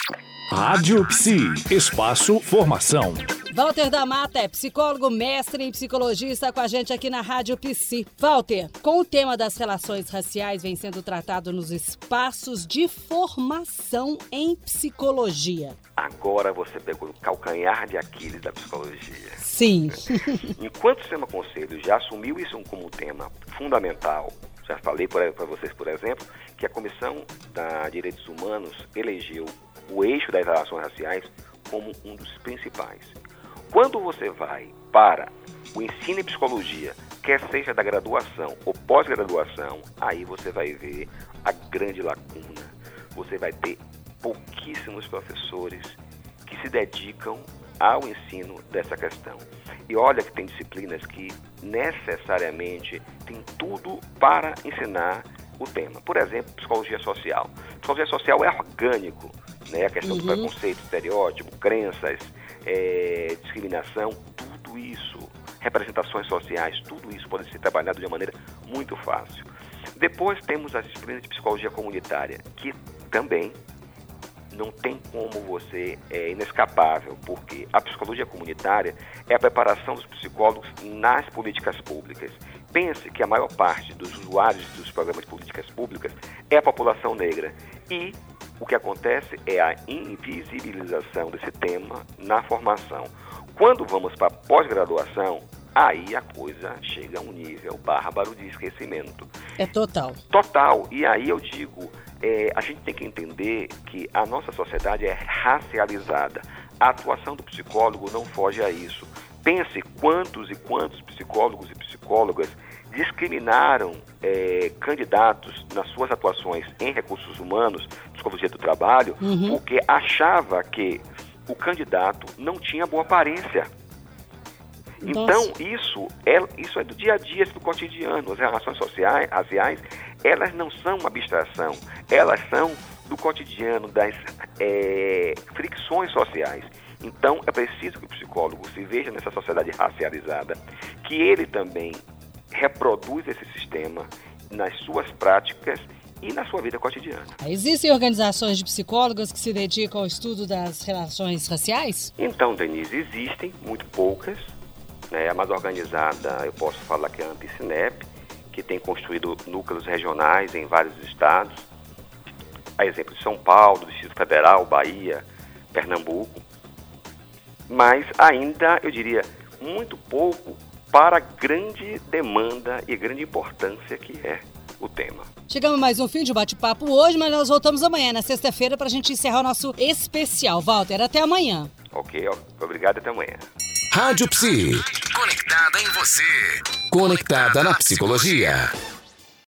Rádio Psi, espaço formação. Walter da Mata é psicólogo, mestre em psicologia, está com a gente aqui na Rádio Psi. Walter, com o tema das relações raciais vem sendo tratado nos espaços de formação em psicologia. Agora você pegou o calcanhar de Aquiles da psicologia. Sim. Enquanto o Sistema Conselho já assumiu isso como um tema fundamental, já falei para vocês, por exemplo, que a Comissão de Direitos Humanos elegeu o eixo das relações raciais como um dos principais. Quando você vai para o ensino em psicologia, quer seja da graduação ou pós-graduação, aí você vai ver a grande lacuna. Você vai ter pouquíssimos professores que se dedicam ao ensino dessa questão. E olha que tem disciplinas que necessariamente tem tudo para ensinar o tema. Por exemplo, psicologia social. Psicologia social é orgânico, né? A questão do preconceito, estereótipo, crenças, discriminação, tudo isso, representações sociais, tudo isso pode ser trabalhado de uma maneira muito fácil. Depois temos as disciplinas de psicologia comunitária, que também não tem como você, é inescapável, porque a psicologia comunitária é a preparação dos psicólogos nas políticas públicas. Pense que a maior parte dos usuários dos programas de políticas públicas é a população negra e o que acontece é a invisibilização desse tema na formação. Quando vamos para a pós-graduação, aí a coisa chega a um nível bárbaro de esquecimento. É total. Total. E aí eu digo, a gente tem que entender que a nossa sociedade é racializada. A atuação do psicólogo não foge a isso. Pense quantos e quantos psicólogos e psicólogas discriminaram candidatos nas suas atuações em recursos humanos, psicologia do trabalho, porque achava que o candidato não tinha boa aparência. Então, isso é do dia a dia, do cotidiano. As relações sociais, raciais, elas não são uma abstração, elas são do cotidiano, das fricções sociais. Então, é preciso que o psicólogo se veja nessa sociedade racializada, que ele também reproduz esse sistema nas suas práticas e na sua vida cotidiana. Existem organizações de psicólogos que se dedicam ao estudo das relações raciais? Então, Denise, existem, muito poucas. A mais organizada, eu posso falar que é a Anticinep, que tem construído núcleos regionais em vários estados. A exemplo de São Paulo, Distrito Federal, Bahia, Pernambuco. Mas ainda, eu diria, muito pouco para a grande demanda e grande importância que é o tema. Chegamos a mais um fim de bate-papo hoje, mas nós voltamos amanhã, na sexta-feira, para a gente encerrar o nosso especial. Walter, até amanhã. Ok, obrigado, até amanhã. Rádio Psi. Conectada em você. Conectada na psicologia.